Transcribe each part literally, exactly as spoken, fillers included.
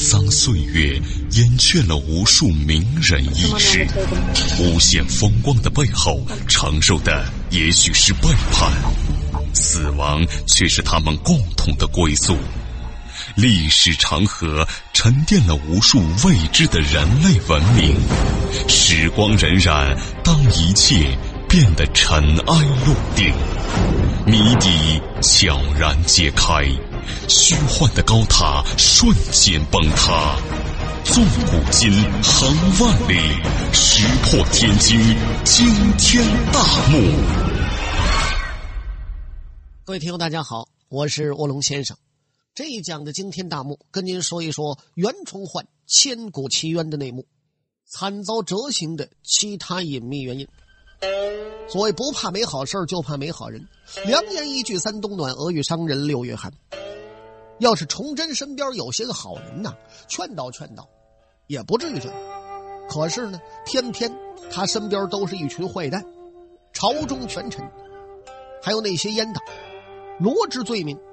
桑岁月掩却了无数名人轶事，无限风光的背后承受的也许是背叛，死亡却是他们共同的归宿。历史长河沉淀了无数未知的人类文明，时光荏苒，当一切变得尘埃落定，谜底悄然揭开，虚幻的高塔瞬间崩塌，纵古今，横万里，石破天惊，惊天大幕。 各位听友大家好，我是卧龙先生。这一讲的惊天大幕，跟您说一说袁崇焕千古奇冤的内幕，惨遭谪行的其他隐秘原因。所谓不怕没好事，就怕没好人，良言一句三冬暖，俄语伤人六月寒。要是崇祯身边有些个好人呐、啊，劝导劝导也不至于这样。可是呢，偏偏他身边都是一群坏蛋，朝中权臣还有那些阉党罗织罪名。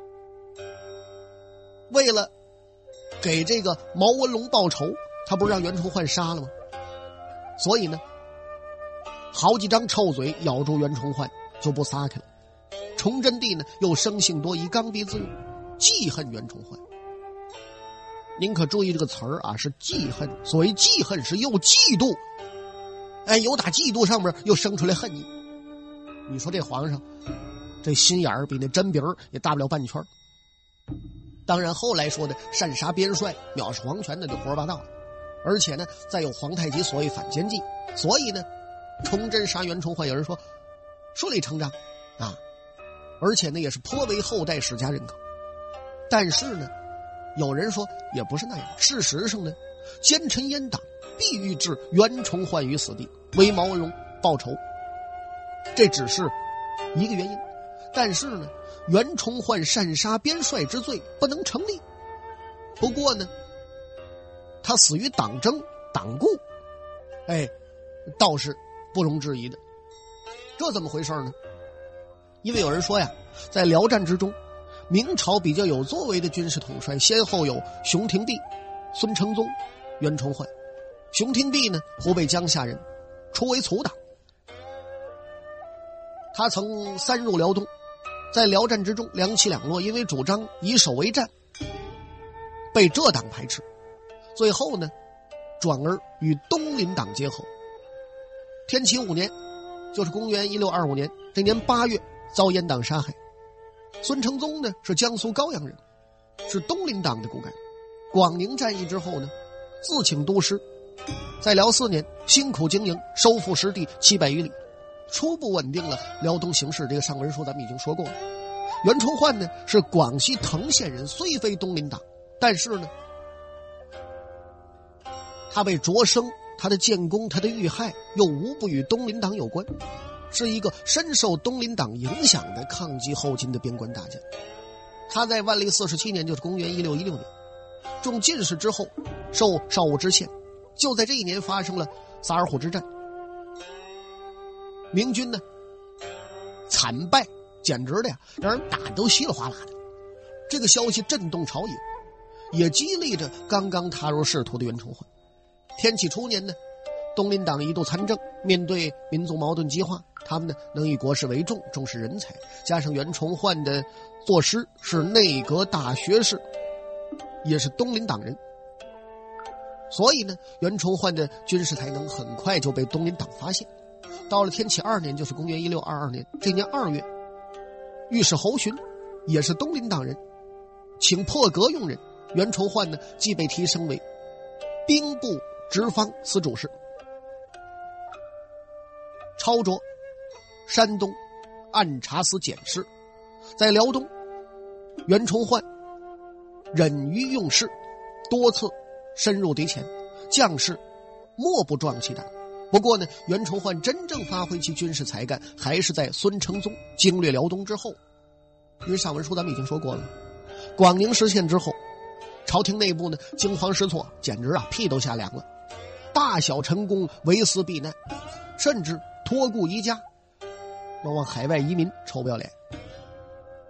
为了给这个毛文龙报仇，他不是让袁崇焕杀了吗？所以呢，好几张臭嘴咬住袁崇焕就不撒开了。崇祯帝呢又生性多疑，刚愎自用，记恨袁崇焕。您可注意这个词儿啊，是记恨。所谓记恨是又嫉妒，哎，有打嫉妒上面又生出来恨意。你说这皇上这心眼儿比那针鼻儿也大不了半圈。当然后来说的擅杀边帅，藐视皇权，那就胡说八道了。而且呢再有皇太极所谓反间计，所以呢崇祯杀袁崇焕，有人说顺理成章啊，而且呢也是颇为后代史家认可。但是呢有人说也不是那样，事实上呢奸臣阉党必欲置袁崇焕于死地，为毛文龙报仇，这只是一个原因。但是呢袁崇焕擅杀边帅之罪不能成立。不过呢他死于党争党故，哎，倒是不容置疑的。这怎么回事呢？因为有人说呀，在辽战之中，明朝比较有作为的军事统帅先后有熊廷弼、孙承宗、袁崇焕。熊廷弼呢湖北江夏人，初为卒党，他曾三入辽东，在辽战之中两起两落，因为主张以守为战，被浙党排斥，最后呢转而与东林党结合。天启五年，就是公元一六二五年，这年八月遭阉党杀害。孙承宗呢是江苏高阳人，是东林党的骨干。广宁战役之后呢自请督师，在辽四年辛苦经营，收复失地七百余里，初步稳定了辽东形势。这个上文书咱们已经说过了。袁崇焕呢是广西藤县人，虽非东林党，但是呢他被擢升，他的建功，他的遇害又无不与东林党有关，是一个深受东林党影响的抗击后金的边关大将。他在万历四十七年，就是公元一六一六年中进士之后，受少武知县。就在这一年发生了萨尔浒之战，明军呢惨败，简直的呀让人打得都稀里哗啦的。这个消息震动朝野，也激励着刚刚踏入仕途的袁崇焕。天启初年呢，东林党一度参政，面对民族矛盾激化，他们呢能以国事为重，重视人才，加上袁崇焕的作师是内阁大学士，也是东林党人，所以呢袁崇焕的军事才能很快就被东林党发现。到了天启二年，就是公元一六二二年，这年二月，御史侯洵也是东林党人，请破格用人。袁崇焕呢即被提升为兵部直方司主事，超擢山东按察司检事。在辽东，袁崇焕忍于用事，多次深入敌前，将士莫不壮其胆。不过呢袁崇焕真正发挥其军事才干，还是在孙承宗经略辽东之后。因为上文书咱们已经说过了，广宁失陷之后，朝廷内部呢惊慌失措，简直啊屁都下凉了，大小臣工围思避难，甚至托孤移家，往往海外移民，臭不要脸。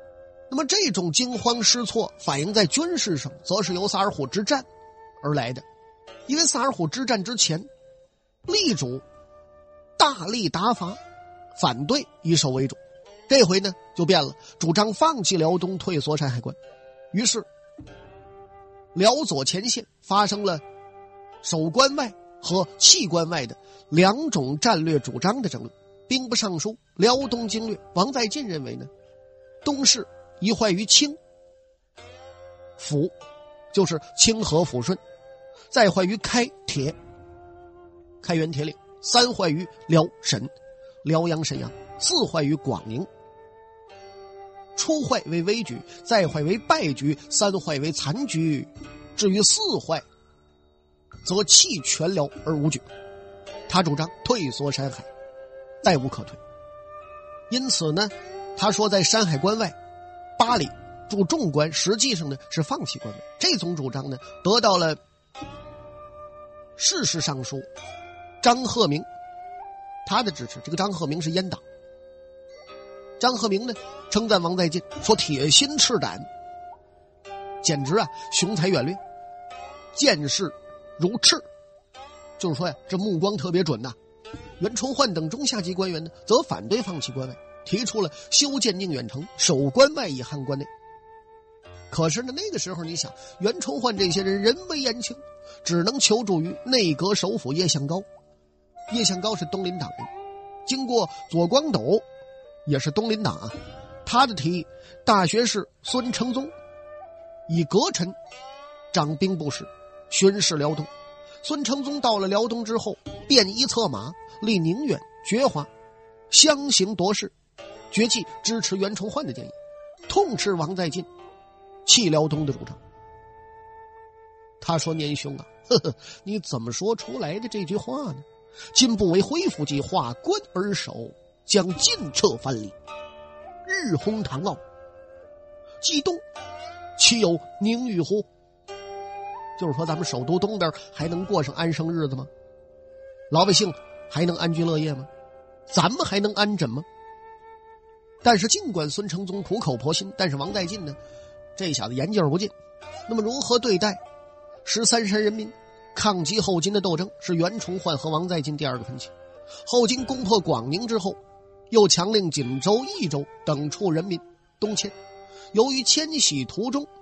那么这种惊慌失措反映在军事上，则是由萨尔浒之战而来的。因为萨尔浒之战之前，力主大力打法，反对以守为主，这回呢就变了，主张放弃辽东，退缩山海关。于是辽左前线发生了守关外和弃关外的两种战略主张的争论。兵部尚书辽东经略王在晋认为呢，东市一坏于清，抚就是清河抚顺，再坏于开铁，开元铁岭，三坏于辽沈，辽阳沈阳，四坏于广宁，初坏为危局，再坏为败局，三坏为残局，至于四坏则弃全辽而无惧。他主张退缩山海，再无可退。因此呢，他说在山海关外八里驻重关，实际上呢是放弃关外。这种主张呢得到了事实尚书张鹤鸣他的支持。这个张鹤鸣是阉党。张鹤鸣呢称赞王在晋说，铁心赤胆，简直啊雄才远略，见识如赤，就是说呀，这目光特别准呐。袁崇焕等中下级官员呢，则反对放弃关外，提出了修建宁远城，守关外以汉关内。可是呢，那个时候你想，袁崇焕这些人人微言轻，只能求助于内阁首辅叶向高。叶向高是东林党人，经过左光斗，也是东林党啊。他的提议，大学士孙承宗以阁臣掌兵部使，巡视辽东。孙承宗到了辽东之后，便衣策马，立宁远、觉华相形夺势，决计支持袁崇焕的建议，痛斥王在晋弃辽东的主张。他说：“年兄啊，呵呵，你怎么说出来的这句话呢？今不为恢复计划，关而守，将尽撤藩篱，日轰唐傲，冀东岂有宁与乎？”就是说咱们首都东边还能过上安生日子吗？老百姓还能安居乐业吗？咱们还能安枕吗？但是尽管孙承宗苦口婆心，但是王在晋呢，这小子言劲儿不尽。那么如何对待十三山人民抗击后金的斗争，是袁崇焕和王在晋第二个分歧。后金攻破广宁之后，又强令锦州、益州等处人民东迁。由于迁徙途中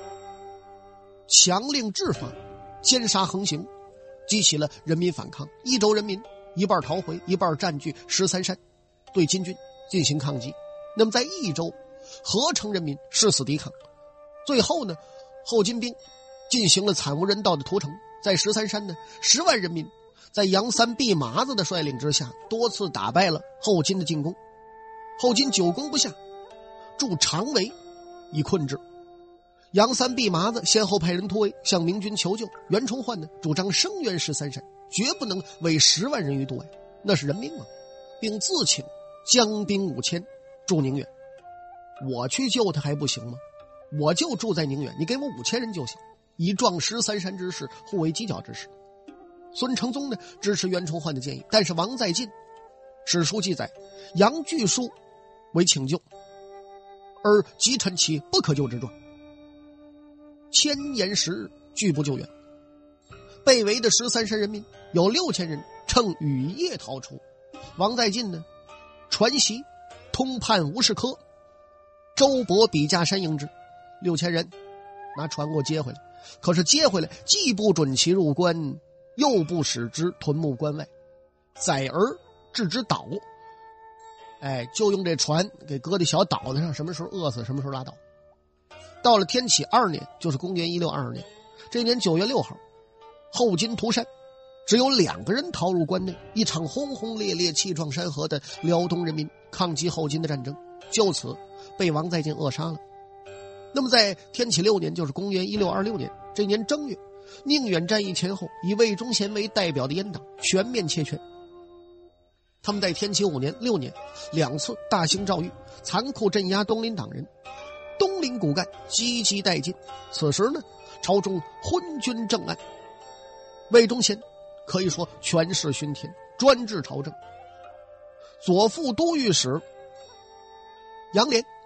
强令治法，奸杀横行，激起了人民反抗。益州人民一半逃回，一半占据十三山，对金军进行抗击。那么在益州，合成人民誓死抵抗。最后呢，后金兵进行了惨无人道的屠城。在十三山呢，十万人民在杨三毕麻子的率领之下，多次打败了后金的进攻。后金久攻不下，筑长围以困之。杨三毕麻子先后派人突围，向明军求救。袁崇焕呢主张声援十三山，绝不能为十万人于度外，那是人命啊，并自请将兵五千驻宁远。我去救他还不行吗？我就住在宁远，你给我五千人就行，以壮十三山之势，互为犄角之势。孙承宗呢支持袁崇焕的建议，但是王在晋史书记载，杨巨书为请救，而即陈其不可救之状，千言十日拒不救援。被围的十三山人民有六千人乘雨夜逃出。王在晋呢传檄通判吴世科，周勃笔架山迎之。六千人拿船给我接回来，可是接回来既不准其入关，又不使之屯牧关外，载而置之岛。哎，就用这船给搁在小岛子上，什么时候饿死什么时候拉倒。到了天启二年，就是公元一六二二年，这年九月六号，后金屠山，只有两个人逃入关内。一场轰轰烈烈、气壮山河的辽东人民抗击后金的战争，就此被王在晋扼杀了。那么在天启六年，就是公元一六二六年，这年正月，宁远战役前后，以魏忠贤为代表的阉党全面切权。他们在天启五年、六年两次大兴诏狱，残酷镇压东林党人，东林骨干积极殆尽。此时呢，朝中昏君正暗，魏忠贤可以说权势熏天，专制朝政。左副都御史杨涟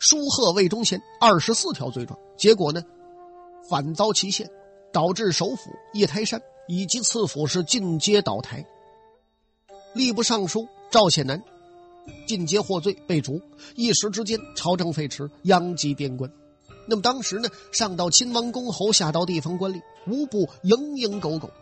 书贺魏忠贤二十四条罪状，结果呢反遭其限，导致首辅叶台山以及次辅是尽皆倒台。吏部尚书赵显南尽皆获罪被逐，一时之间朝政废弛，殃及边关。那么当时呢，上到亲王公侯，下到地方官吏，无不蝇营狗苟。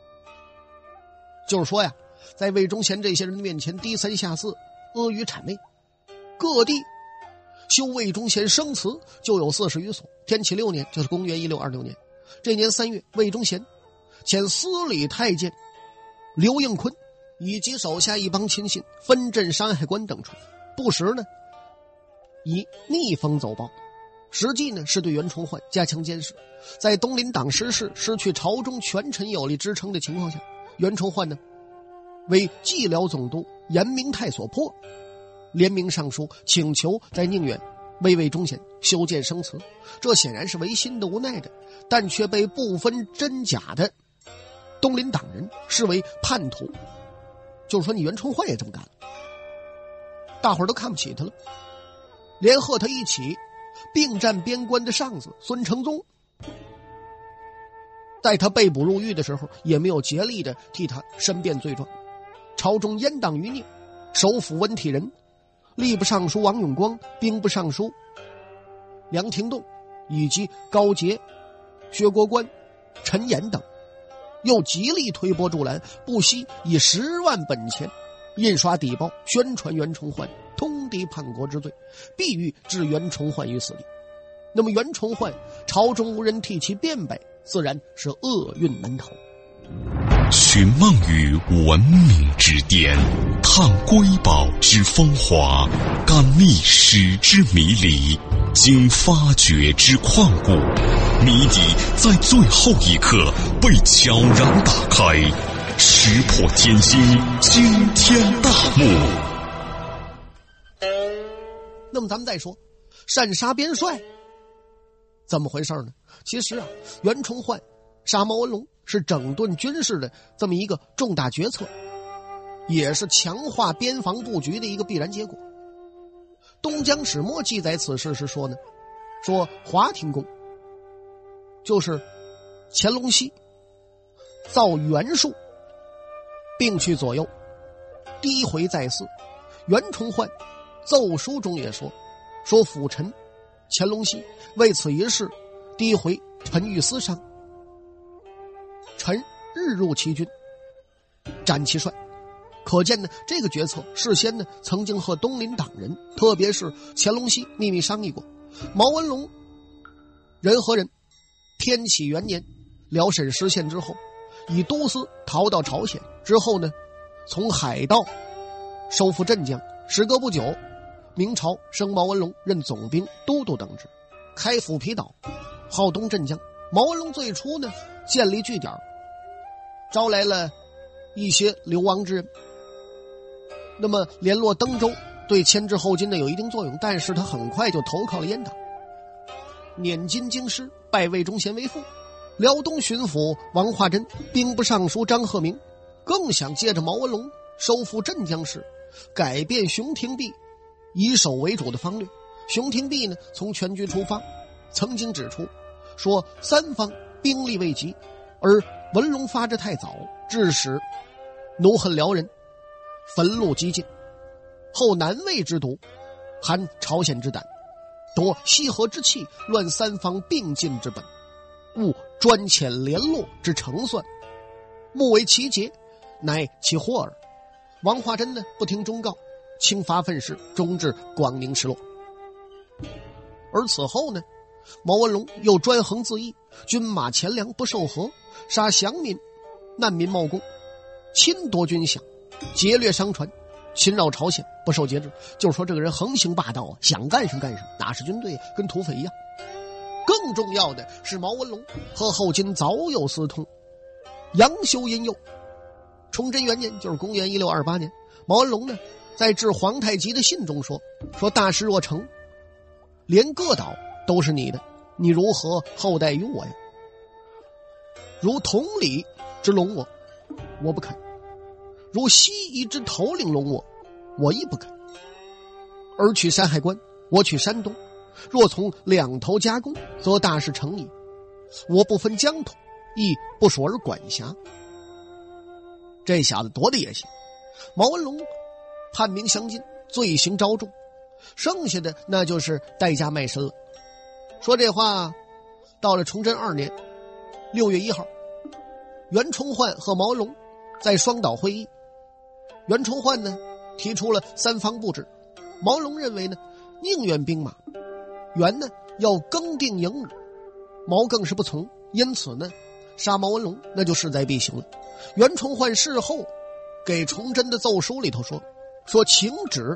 就是说呀，在魏忠贤这些人的面前低三下四，阿谀谄媚。各地修魏忠贤生祠就有四十余所。天启六年，就是公元一六二六年，这年三月，魏忠贤遣司礼太监刘应坤以及手下一帮亲信分镇山海关等处，不时呢以逆风走报，实际呢是对袁崇焕加强监视。在东林党失势，失去朝中权臣有力支撑的情况下，袁崇焕呢为蓟辽总督严明泰所迫，联名上书请求在宁远为魏忠贤修建生祠。这显然是违心的无奈的，但却被不分真假的东林党人视为叛徒。就是说你袁崇焕也这么干了，大伙儿都看不起他了，连和他一起并战边关的上司孙承宗，在他被捕入狱的时候也没有竭力的替他申辩罪状。朝中阉党余孽，首辅温体仁、吏部尚书王永光、兵部尚书梁廷栋以及高杰、薛国官、陈岩等，又极力推波助澜，不惜以十万本钱印刷底报，宣传袁崇焕通敌叛国之罪，必欲置袁崇焕于死地。那么袁崇焕朝中无人替其辩白，自然是厄运难逃。 寻梦于文明之巅，探瑰宝之风华，感历史之迷离，经发掘之旷古，谜底在最后一刻被悄然打开，石破天惊，惊天大幕。 那么咱们再说擅杀边帅怎么回事呢？其实啊，袁崇焕杀毛文龙是整顿军事的这么一个重大决策，也是强化边防布局的一个必然结果。东江史末记载此事是说呢，说华亭宫就是乾隆熙造袁术，并去左右，第一回在祀。袁崇焕奏书中也说，说辅臣乾隆熙为此一事，第一回臣欲私商，臣日入其军，斩其帅。可见呢，这个决策事先呢曾经和东林党人，特别是乾隆熙秘密商议过。毛文龙人和人天启元年辽沈失陷之后，以都司逃到朝鲜，之后呢从海盗收复镇江。时隔不久，明朝升毛文龙任总兵都督等职，开抚皮岛，号东镇江。毛文龙最初呢建立据点，招来了一些流亡之人，那么联络登州，对牵制后金呢有一定作用，但是他很快就投靠了阉党，捻金京师，拜魏忠贤为父。辽东巡抚王化贞、兵部尚书张鹤鸣更想借着毛文龙收复镇江市，改变熊廷弼以守为主的方略。熊廷弼呢从全局出发，曾经指出说三方兵力未及，而文龙发之太早，致使奴恨辽人，焚戮激进，后南魏之毒，含朝鲜之胆，夺西河之气，乱三方并进之本，务专遣联络之成算，目为其节，乃其祸耳。王化贞呢不听忠告，轻伐愤世，终至广宁失落。而此后呢，毛文龙又专横自缢，军马钱粮不受和，杀降民难民冒功，侵夺军饷，劫掠商船，侵扰朝鲜，不受节制。就是说这个人横行霸道啊，想干什么干什么，哪是军队跟土匪一样。更重要的是，毛文龙和后金早有私通，杨修因诱。崇祯元年，就是公元一六二八年，毛文龙呢在致皇太极的信中说，说大事若成，连各岛都是你的，你如何厚待于我呀？如同里之拢我，我不肯；如西夷之头领拢我，我亦不肯。而取山海关，我取山东， 若从两头夹攻，则大事成矣。我不分疆土，亦不属而管辖。这小子多的野心！毛文龙判明降金，罪行昭重，剩下的那就是代价卖身了。说这话，到了崇祯二年六月一号，袁崇焕和毛文龙在双岛会议。袁崇焕呢提出了三方布置，毛文龙认为呢宁愿兵马，袁呢要更定营日，毛更是不从，因此呢杀毛文龙那就势在必行了。袁崇焕事后给崇祯的奏书里头说说请旨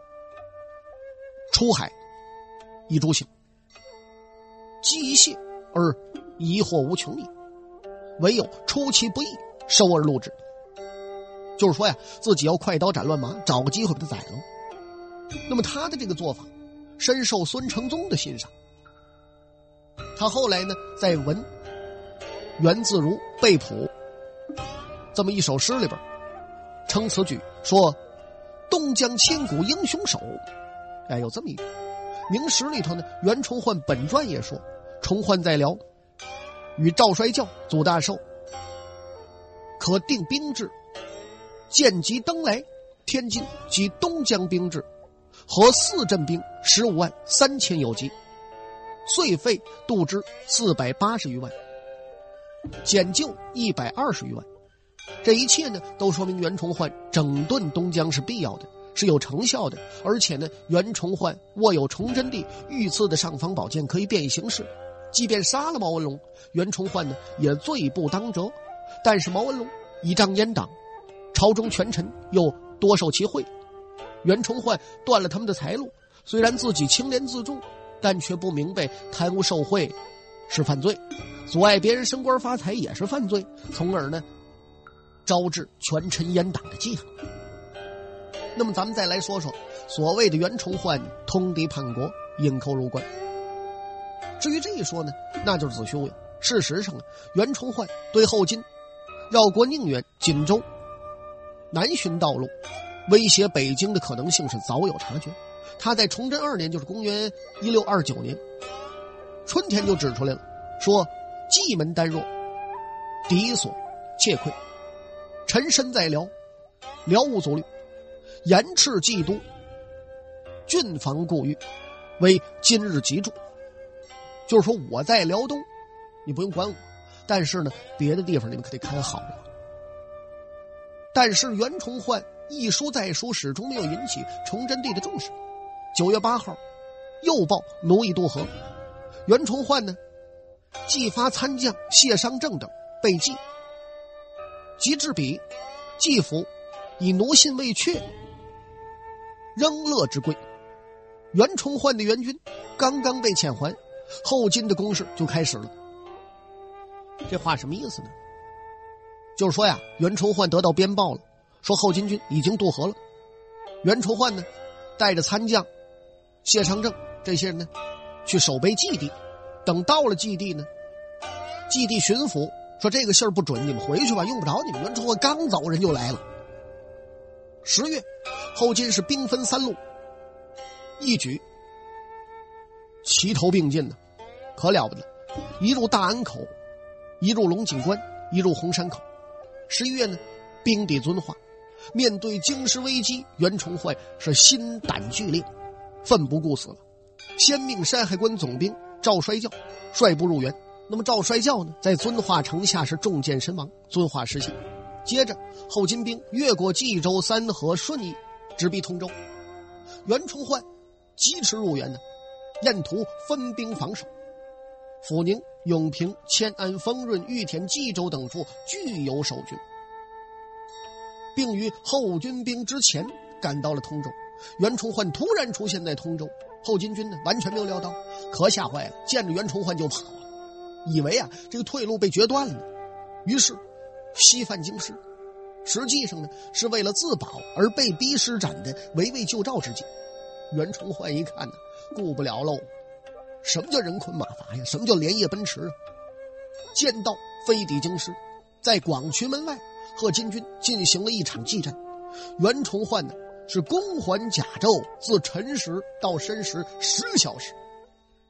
出海以诛行，积一切而疑惑无穷矣，唯有出其不意，收而录之。就是说呀，自己要快刀斩乱麻，找个机会把他宰了。那么他的这个做法深受孙承宗的欣赏。他后来呢在文袁自如背谱这么一首诗里边称此举说东江千古英雄首。哎，有这么一句。明史里头呢袁崇焕本传也说，崇焕在辽与赵衰教祖大寿可定兵制，见即登来，天津及东江兵制和四镇兵十五万三千有计，岁费度支四百八十余万，减救一百二十余万。这一切呢都说明袁崇焕整顿东江是必要的，是有成效的。而且呢袁崇焕握有崇祯帝御赐的尚方宝剑，可以变异形式。即便杀了毛文龙，袁崇焕呢也罪不当诛。但是毛文龙倚仗阉党，朝中权臣又多受其贿，袁崇焕断了他们的财路，虽然自己清廉自重，但却不明白贪污受贿是犯罪，阻碍别人升官发财也是犯罪，从而呢招致权臣阉党的记恨。那么咱们再来说说所谓的袁崇焕通敌叛国，引寇入关。至于这一说呢，那就是子虚乌有。事实上袁崇焕对后金绕过宁远、锦州南巡道路威胁北京的可能性是早有察觉。他在崇祯二年，就是公元一六二九年春天就指出来了，说蓟门单弱，敌所怯溃，臣身在辽，辽无阻虑，严斥冀都，郡防固豫，为今日急助。就是说我在辽东，你不用管我，但是呢别的地方你们可得看好了。但是袁崇焕一书再书，始终没有引起崇祯帝的重视。九月八号又报奴役渡河，袁崇焕呢既发参将谢商正等被缉，及至彼季府以奴信未确，仍乐之归。袁崇焕的援军刚刚被遣还，后金的攻势就开始了。这话什么意思呢？就是说呀，袁崇焕得到编报了，说后金军已经渡河了。袁崇焕呢带着参将谢商正这些人呢去守备蓟地。等到了蓟地呢，蓟地巡抚说这个信儿不准，你们回去吧，用不着你们。袁崇焕刚走，人就来了。十月后金是兵分三路，一举齐头并进呢，可了不得。一入大安口，一入龙井关，一入红山口。十一月呢兵抵遵化，面对京师危机，袁崇焕是心胆俱裂，奋不顾死了。先命山海关总兵赵衰教率部入援。那么赵衰教呢在遵化城下是中箭身亡，遵化失陷。接着后金兵越过冀州、三河、顺义，直逼通州。袁崇焕疾驰入援呢，沿途分兵防守。阜宁、永平、迁安、丰润、玉田、冀州等处俱有守军，并于后军兵之前赶到了通州。袁崇焕突然出现在通州，后金军呢完全没有料到，可吓坏了，见着袁崇焕就跑了，以为啊这个退路被决断了，于是西犯京师。实际上呢是为了自保而被逼施展的围魏救赵之计。袁崇焕一看呢顾不了喽，什么叫人困马乏呀？什么叫连夜奔驰啊？见到飞抵京师，在广渠门外和金军进行了一场激战。袁崇焕呢是攻还甲胄，自辰时到申时十个小时，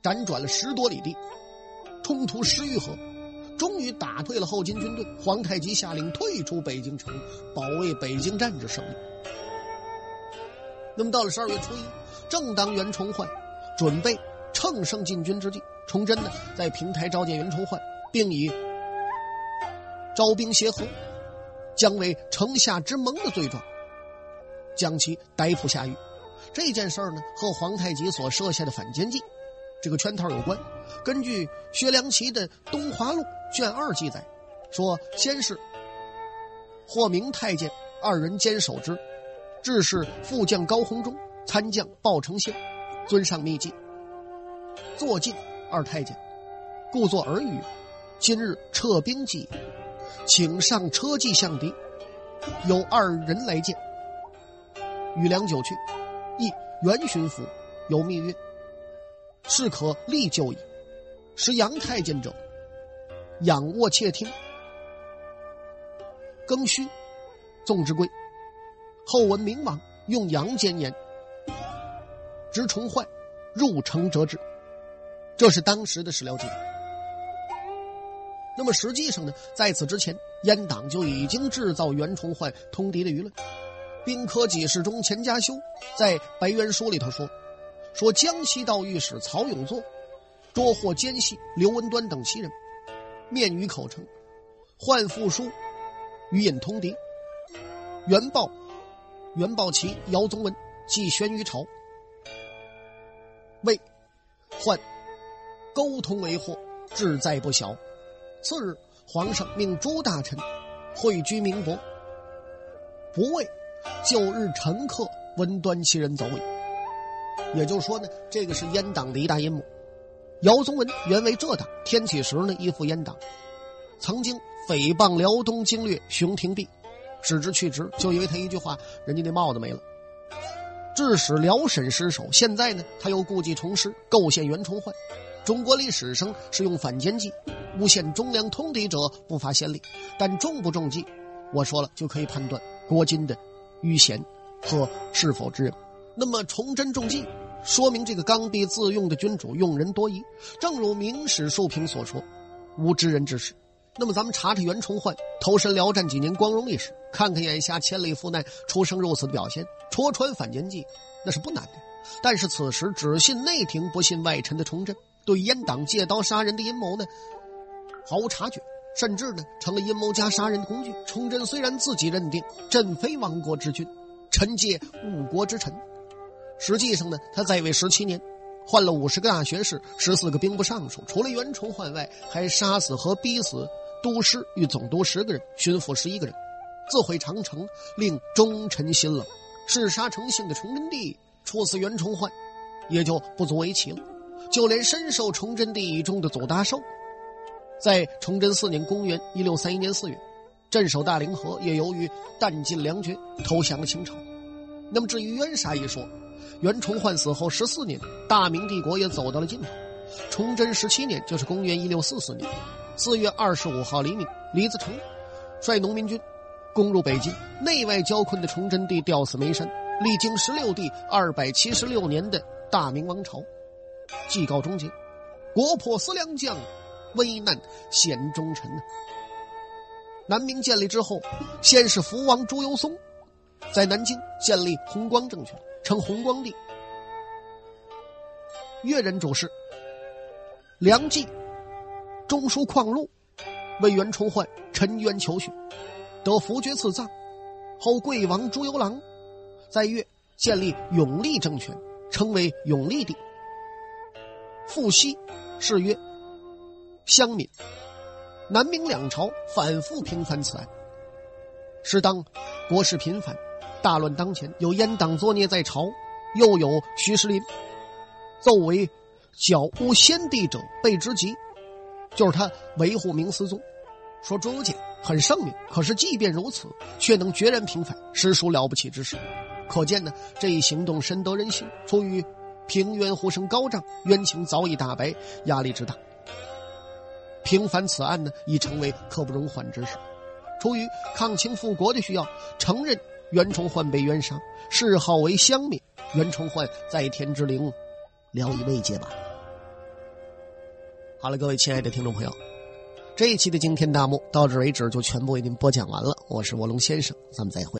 辗转了十多里地，冲突十余合，终于打退了后金军队。皇太极下令退出北京城，保卫北京站之胜利。那么到了十二月初一，正当袁崇焕准备乘胜进军之际，崇祯呢在平台召见袁崇焕，并以招兵协和，将为城下之盟的罪状将其逮捕下狱。这件事儿呢和皇太极所设下的反间计这个圈套有关。根据薛良奇的《东华录》卷二记载说，先是霍明太监二人坚守之，致使副将高弘忠、参将鲍承宪尊上密计，坐进二太监，故作耳语，今日撤兵计，请上车骑相敌，有二人来见。与良久去，亦袁巡抚有密曰：是可立就矣。使杨太监者，仰卧窃听，庚戌纵之规。后闻明王用杨奸言，执崇焕入城折之。这是当时的史料记载。那么实际上呢，在此之前，阉党就已经制造袁崇焕通敌的舆论。兵科给事中钱家修在白渊书里头说说江西道御史曹永作捉获奸细刘文端等七人，面语口称焕复书与引通敌。袁豹袁豹其姚宗文即悬于朝，为焕沟通为祸，志在不小。次日，皇上命诸大臣汇居明博，不为旧日臣客文端其人走矣。也就是说呢，这个是阉党的一大阴谋。姚宗文原为浙党，天启时呢依附阉党，曾经诽谤辽东经略熊廷弼，使之去职，就因为他一句话，人家那帽子没了，致使辽沈失守。现在呢，他又故技重施，构陷袁崇焕。中国历史上是用反间计诬陷忠良通敌者不乏先例，但中不中计，我说了就可以判断国君的愚贤和是否知人。那么崇祯中计，说明这个刚愎自用的君主用人多疑，正如明史述评所说，无知人之事。那么咱们查查袁崇焕投身辽战几年光荣历史，看看眼下千里赴难出生入死的表现，戳穿反间计那是不难的。但是此时只信内廷不信外臣的崇祯，对阉党借刀杀人的阴谋呢毫无察觉，甚至呢成了阴谋加杀人的工具。崇祯虽然自己认定朕非亡国之君，臣皆误国之臣，实际上呢他在位十七年，换了五十个大学士，十四个兵部尚书，除了袁崇焕外，还杀死和逼死都师与总督十个人，巡抚十一个人，自毁长城，令忠臣心冷。弑杀成性的崇祯帝处死袁崇焕也就不足为奇了。就连深受崇祯帝倚重的祖大寿，在崇祯四年公元一六三一年四月镇守大凌河，也由于弹尽粮绝投降了清朝。那么至于冤杀一说，袁崇焕死后十四年，大明帝国也走到了尽头。崇祯十七年，就是公元一六四四年四月二十五号黎明，李自成率农民军攻入北京，内外交困的崇祯帝吊死煤山，历经十六帝二百七十六年的大明王朝即告终结。国破思良将，危难显忠臣。南明建立之后，先是福王朱由崧在南京建立弘光政权，称弘光帝。越人主事梁冀中书况禄为袁崇焕沉冤求雪，得福爵赐葬。后贵王朱由榔在越建立永历政权，称为永历帝。复西谥曰襄敏。南明两朝反复平反此案，是当国事频繁，大乱当前，有阉党作孽在朝，又有徐士林奏为剿污先帝者被之极，就是他维护明思宗，说朱由检很圣明，可是即便如此，却能决然平反，实属了不起之事。可见呢，这一行动深得人心。出于平冤呼声高涨，冤情早已大白，压力之大，平反此案呢，已成为刻不容缓之事。出于抗清复国的需要，承认袁崇焕被冤杀，谥号为襄敏。袁崇焕在天之灵，聊以慰藉吧。 好了，各位亲爱的听众朋友，这一期的惊天大幕到这为止就全部为您播讲完了，我是卧龙先生，咱们再会。